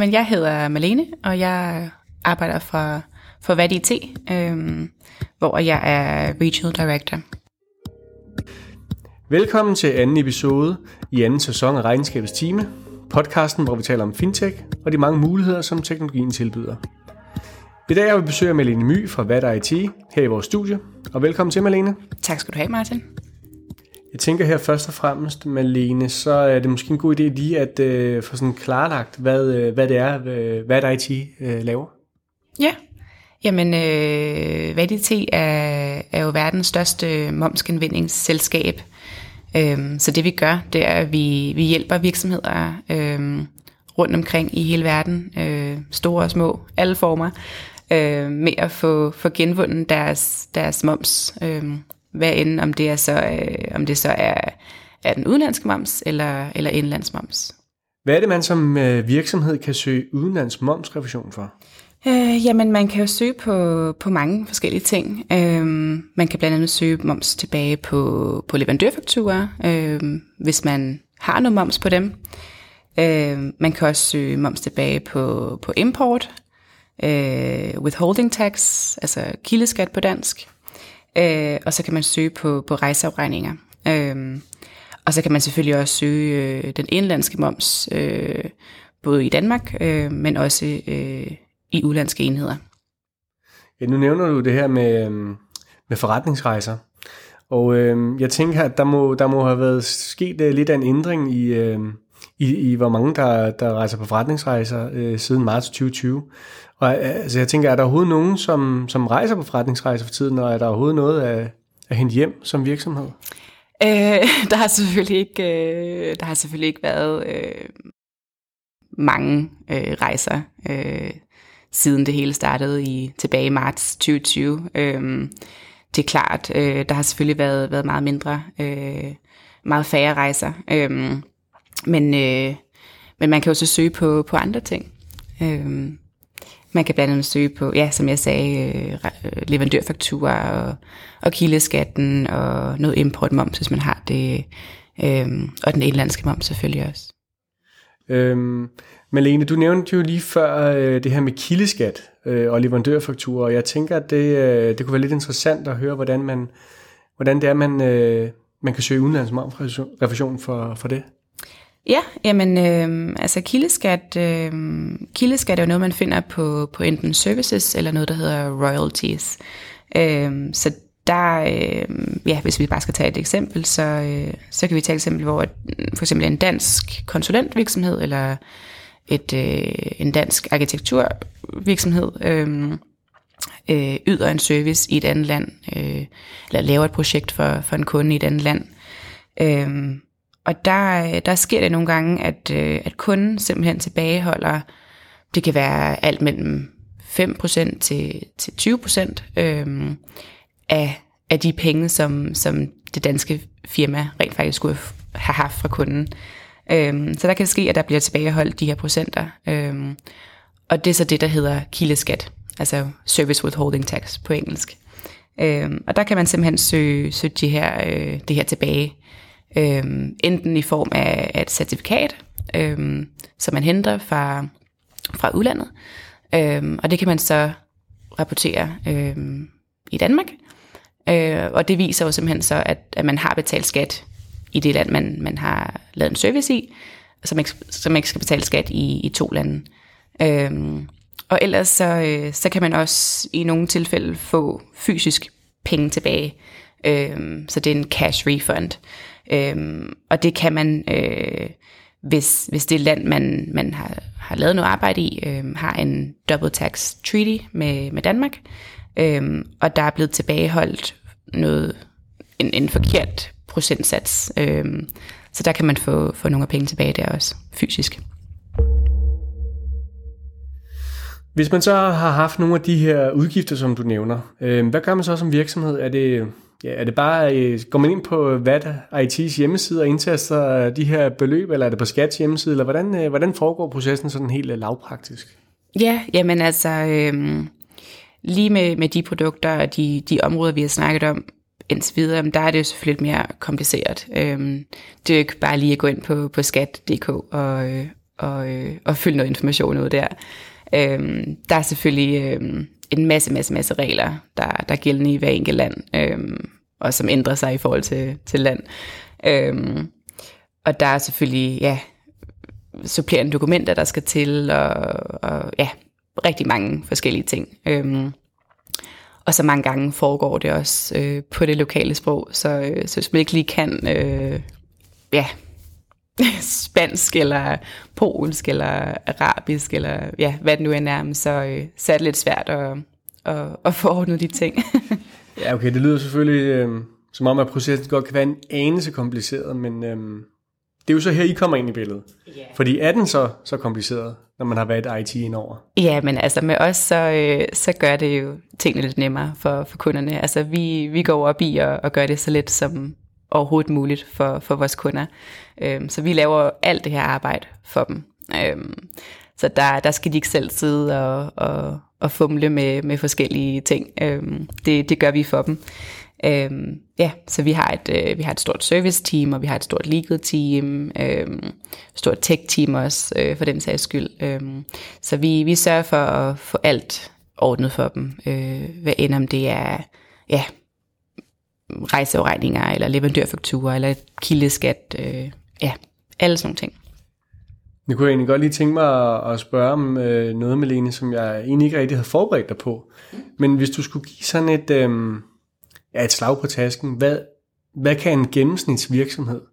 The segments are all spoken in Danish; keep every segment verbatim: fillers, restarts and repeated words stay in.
Men jeg hedder Malene, og jeg arbejder for, for V A D I T, øh, hvor jeg er Regional Director. Velkommen til anden episode i anden sæson af Regnskabets Time, podcasten, hvor vi taler om fintech og de mange muligheder, som teknologien tilbyder. I dag har vi besøg af Malene My fra V A D I T her i vores studie, og velkommen til, Malene. Tak skal du have, Martin. Jeg tænker her først og fremmest, Malene, så er det måske en god idé lige at øh, få sådan klarlagt, hvad, øh, hvad det er, øh, V A D I T øh, laver. Ja, jamen øh, V A D I T er, er jo verdens største momsgenvindingsselskab. Øhm, så det vi gør, det er, at vi, vi hjælper virksomheder øhm, rundt omkring i hele verden, øh, store og små, alle former, øh, med at få, få genvundet deres, deres moms. Øh, hvad end om det er så, øh, om det så er, er den udenlandske moms eller, eller indlands moms. Hvad er det, man som øh, virksomhed kan søge udenlands momsrefusion for? Øh, jamen, man kan jo søge på, på mange forskellige ting. Øh, man kan blandt andet søge moms tilbage på, på leverandørfakturer, øh, hvis man har noget moms på dem. Øh, man kan også søge moms tilbage på, på import, øh, withholding tax, altså kildeskat på dansk. Øh, og så kan man søge på, på rejseafregninger. Øh, og så kan man selvfølgelig også søge øh, den indlandske moms, øh, både i Danmark, øh, men også øh, i udlandske enheder. Ja, nu nævner du det her med, med forretningsrejser, og øh, jeg tænker, at der må, der må have været sket øh, lidt af en ændring i, øh, i, i hvor mange, der, der rejser på forretningsrejser øh, siden marts tyve tyve. Og altså, jeg tænker, er der overhovedet nogen, som, som rejser på forretningsrejser for tiden, og er der overhovedet noget at, at hente hjem som virksomhed? Øh, der har selvfølgelig ikke, øh, der har selvfølgelig ikke været øh, mange øh, rejser, øh, siden det hele startede i tilbage i marts tyve tyve. Øh, det er klart, øh, der har selvfølgelig været, været meget mindre, øh, meget færre rejser, øh, men, øh, men man kan jo så søge på, på andre ting. Øh, man kan blandt andet søge på, ja, som jeg sagde, øh, leverandørfakturer og, og kildeskatten og noget importmoms, hvis man har det, øh, og den indlandske moms selvfølgelig også. Øhm, Malene, du nævnte jo lige før øh, det her med kildeskat øh, og leverandørfakturer, og jeg tænker, at det, øh, det kunne være lidt interessant at høre, hvordan, man, hvordan det er, man, øh, man kan søge udenlands momsrefusion for, for det. Ja, jamen øh, altså kildeskat, øh, kildeskat er jo noget, man finder på, på enten services eller noget, der hedder royalties. Øh, så der, øh, ja, hvis vi bare skal tage et eksempel, så, øh, så kan vi tage et eksempel, hvor for eksempel en dansk konsulentvirksomhed eller et, øh, en dansk arkitekturvirksomhed øh, øh, yder en service i et andet land, øh, eller laver et projekt for, for en kunde i et andet land. Øh, og der, der sker det nogle gange, at, øh, at kunden simpelthen tilbageholder, det kan være alt mellem fem procent til, til tyve procent, øh, Af, af de penge, som, som det danske firma rent faktisk skulle have haft fra kunden. Øhm, så der kan ske, at der bliver tilbageholdt de her procenter. Øhm, og det er så det, der hedder kildeskat, altså service withholding tax på engelsk. Øhm, og der kan man simpelthen søge, søge de her, øh, det her tilbage, øhm, enten i form af, af et certifikat, øhm, som man henter fra, fra udlandet, øhm, og det kan man så rapportere øhm, i Danmark. Øh, og det viser jo simpelthen så, at, at man har betalt skat i det land, man, man har lavet en service i, så man ikke, så man ikke skal betale skat i, i to lande. Øh, og ellers så, øh, så kan man også i nogle tilfælde få fysisk penge tilbage. Øh, så det er en cash refund. Øh, og det kan man, øh, hvis, hvis det land, man, man har, har lavet noget arbejde i, øh, har en double tax treaty med, med Danmark, Øhm, og der er blevet tilbageholdt noget, en, en forkert procentsats. Øhm, så der kan man få, få nogle af penge tilbage der også, fysisk. Hvis man så har haft nogle af de her udgifter, som du nævner, øh, hvad gør man så som virksomhed? Er det, ja, er det bare, øh, går man ind på V A D I T's hjemmeside og indtaster de her beløb, eller er det på Skats hjemmeside, eller hvordan, øh, hvordan foregår processen sådan helt lavpraktisk? Ja, jamen altså... Øh, Lige med, med de produkter og de, de områder, vi har snakket om indtil videre, der er det jo selvfølgelig lidt mere kompliceret. Øhm, det er jo ikke bare lige at gå ind på, på skat punktum d k og, og, øh, og fylde noget information ud der. Øh, der er selvfølgelig øh, en masse, masse, masse regler, der, der er gældende i hver enkelt land, øh, og som ændrer sig i forhold til, til land. Øh, og der er selvfølgelig, ja, supplerende dokumenter, der skal til, og, og ja, rigtig mange forskellige ting. Øhm, og så mange gange foregår det også øh, på det lokale sprog, så, øh, så hvis man ikke lige kan øh, ja, spansk, eller polsk, eller arabisk, eller ja, hvad det nu end er, så, øh, så er det lidt svært at, at, at få ordnet de ting. Ja, okay, det lyder selvfølgelig øh, som om, at processen godt kan være en anelse kompliceret, men øh, det er jo så her, I kommer ind i billedet. Yeah. Fordi er den så, så kompliceret, når man har været I T indover? Ja, men altså med os, så, øh, så gør det jo tingene lidt nemmere for, for kunderne. Altså vi, vi går op i at, at gøre det så let som overhovedet muligt for, for vores kunder. Øhm, så vi laver alt det her arbejde for dem. Øhm, så der, der skal de ikke selv sidde og, og, og fumle med, med forskellige ting. Øhm, det, det gør vi for dem. Øhm, ja, så vi har et øh, vi har et stort service team, og vi har et stort legal team, øhm, stort tech team også øh, for den sags skyld. Øhm, så vi vi sørger for at få alt ordnet for dem, øh, hvad end om det er ja rejseafregninger eller leverandørfakturer eller kildeskat, øh, ja, alle sådan nogle ting. Nu kunne jeg egentlig godt lige tænke mig at, at spørge om øh, noget, Malene, som jeg egentlig ikke rigtig havde forberedt dig på. Men hvis du skulle give sådan et øh, ja, et slag på tasken, hvad, hvad kan en gennemsnitsvirksomhed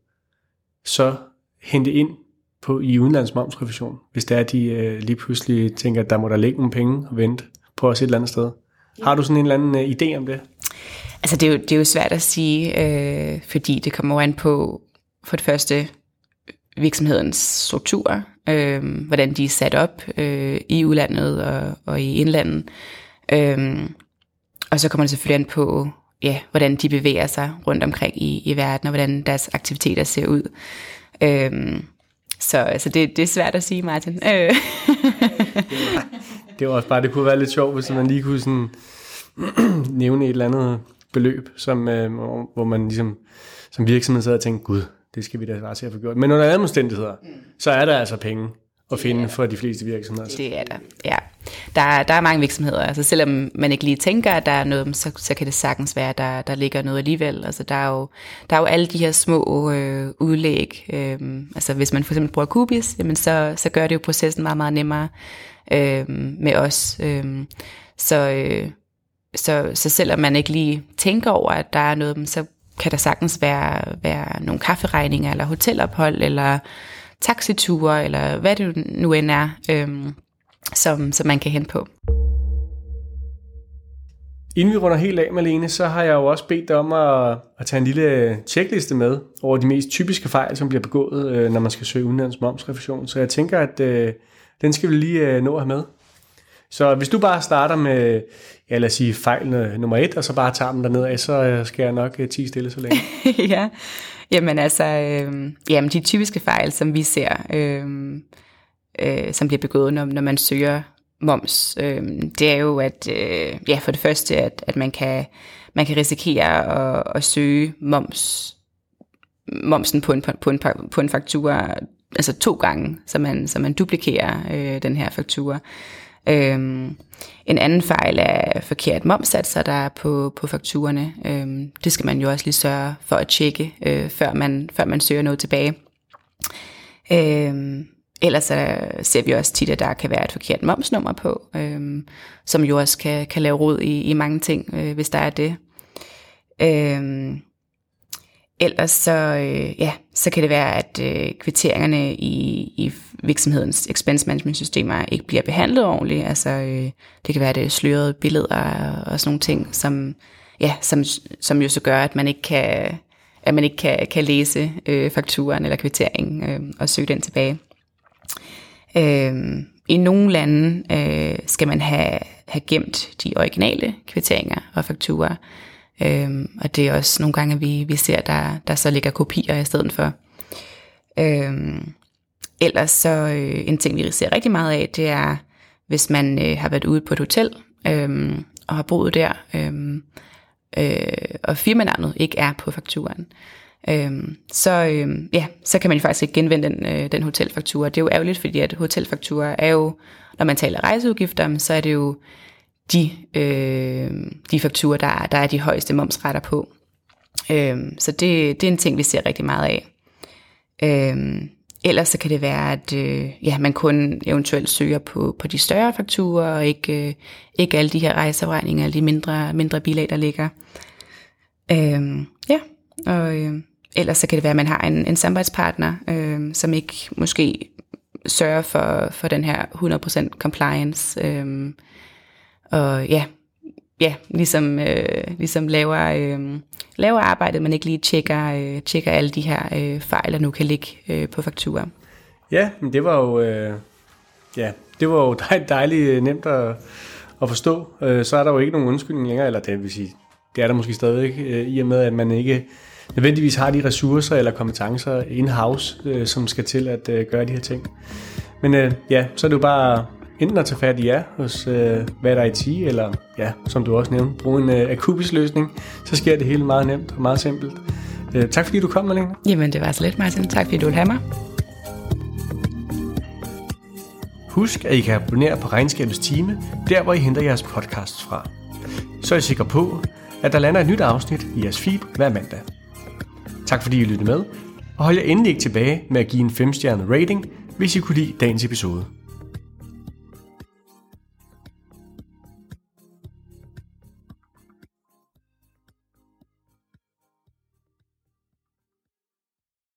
så hente ind på i udenlands momsrevision, hvis det er, at de øh, lige pludselig tænker, at der må der ligge nogle penge og vente på os et eller andet sted? Har du sådan en eller anden øh, idé om det? Altså det er jo, det er jo svært at sige, øh, fordi det kommer jo an på for det første virksomhedens strukturer, øh, hvordan de er sat op øh, i udlandet og, og i indlandet. Øh, og så kommer det selvfølgelig an på, ja, hvordan de bevæger sig rundt omkring i, i verden, og hvordan deres aktiviteter ser ud. Øh, så altså det, det er svært at sige, Martin. Øh. det, var, det var også bare, det kunne være lidt sjovt, hvis man lige kunne sådan nævne et eller andet beløb, som, øh, hvor man ligesom som virksomhed sad og tænkte, gud, det skal vi da bare se at få gjort. Men under alle omstændigheder, mm. så er der altså penge at finde for de fleste virksomheder. Det er der, ja. Der, der er mange virksomheder, altså selvom man ikke lige tænker, at der er noget, så, så kan det sagtens være, at der, der ligger noget alligevel. Altså der er jo, der er jo alle de her små øh, udlæg. Øh, altså hvis man for eksempel bruger Cubis, jamen så, så gør det jo processen meget, meget nemmere øh, med os. Øh, så, øh, så, så selvom man ikke lige tænker over, at der er noget, så kan der sagtens være, være nogle kafferegninger, eller hotelophold, eller taxiture, eller hvad det nu end er, øhm, som, som man kan hente på. Inden vi runder helt af, Malene, så har jeg jo også bedt dig om at, at tage en lille checkliste med over de mest typiske fejl, som bliver begået, øh, når man skal søge udenlands momsrevision. Så jeg tænker, at øh, den skal vi lige øh, nå at have med. Så hvis du bare starter med, ja, lad os sige, fejl nummer et, og så bare tager dem derned, så skal jeg nok uh, tige stille så længe. Ja, jamen altså, øh, jamen de typiske fejl, som vi ser, øh, øh, som bliver begået, når, når man søger moms, øh, det er jo, at øh, ja, for det første, at, at man kan man kan risikere at, at søge moms, momsen på en, på en, på en faktura, altså to gange, så man, så man duplikerer øh, den her faktura. Øhm, en anden fejl er forkert momssatser, der er på, på fakturerne. Øhm, det skal man jo også lige sørge for at tjekke, øh, før, man, før man søger noget tilbage. Øhm, ellers så ser vi også tit, at der kan være et forkert momsnummer på, øhm, som jo også kan, kan lave rod i, i mange ting, øh, hvis der er det. Øhm, Ellers så, øh, ja, så kan det være, at øh, kvitteringerne i, i virksomhedens expense management systemer ikke bliver behandlet ordentligt. Altså, øh, det kan være det slørede billeder og sådan nogle ting, som, ja, som, som jo så gør, at man ikke kan, at man ikke kan, kan læse øh, fakturen eller kvitteringen øh, og søge den tilbage. Øh, I nogle lande øh, skal man have, have gemt de originale kvitteringer og fakturer. Øhm, og det er også nogle gange, at vi, vi ser, der, der så ligger kopier i stedet for. Øhm, ellers så øh, en ting, vi ser rigtig meget af, det er, hvis man øh, har været ude på et hotel øh, og har boet der, øh, øh, og firmanavnet ikke er på fakturen. Øhm, så, øhm, ja, så kan man jo faktisk ikke genvende den, øh, den hotelfaktura. Det er jo ærgerligt, fordi at hotelfaktura er jo, når man taler rejseudgifter, så er det jo de, øh, de fakturer, der, der er de højeste momsretter på. Øhm, så det, det er en ting, vi ser rigtig meget af. Øhm, ellers så kan det være, at øh, ja, man kun eventuelt søger på, på de større fakturer, og ikke, øh, ikke alle de her rejseafregninger, alle de mindre, mindre bilag, der ligger. Øhm, ja, og øh, ellers så kan det være, at man har en, en samarbejdspartner, øh, som ikke måske sørger for, for den her hundrede procent compliance, øh, og ja, ja ligesom, øh, ligesom laver, øh, laver arbejdet, men ikke lige tjekker, øh, tjekker alle de her øh, fejl, der nu kan ligge øh, på fakturer. Ja, men det var jo, øh, ja, det var jo dejligt, dejligt nemt at, at forstå. Øh, så er der jo ikke nogen undskyldning længere, eller det vil sige, det er der måske stadigvæk, øh, i og med, at man ikke nødvendigvis har de ressourcer eller kompetencer in-house, øh, som skal til at øh, gøre de her ting. Men øh, ja, så er det jo bare enten at tage fat i jer hos øh, hvad der er I T, eller ja, som du også nævnte, bruge en øh, Akubis-løsning, så sker det hele meget nemt og meget simpelt. Øh, tak fordi du kom, Malene. Jamen det var så lidt, Martin. Tak fordi du ville have mig. Husk, at I kan abonnere på Regnskabets Time, der hvor I henter jeres podcasts fra. Så er I sikre på, at der lander et nyt afsnit i jeres feed hver mandag. Tak fordi I lyttede med, og hold jer endelig ikke tilbage med at give en fem stjernet rating, hvis I kunne lide dagens episode.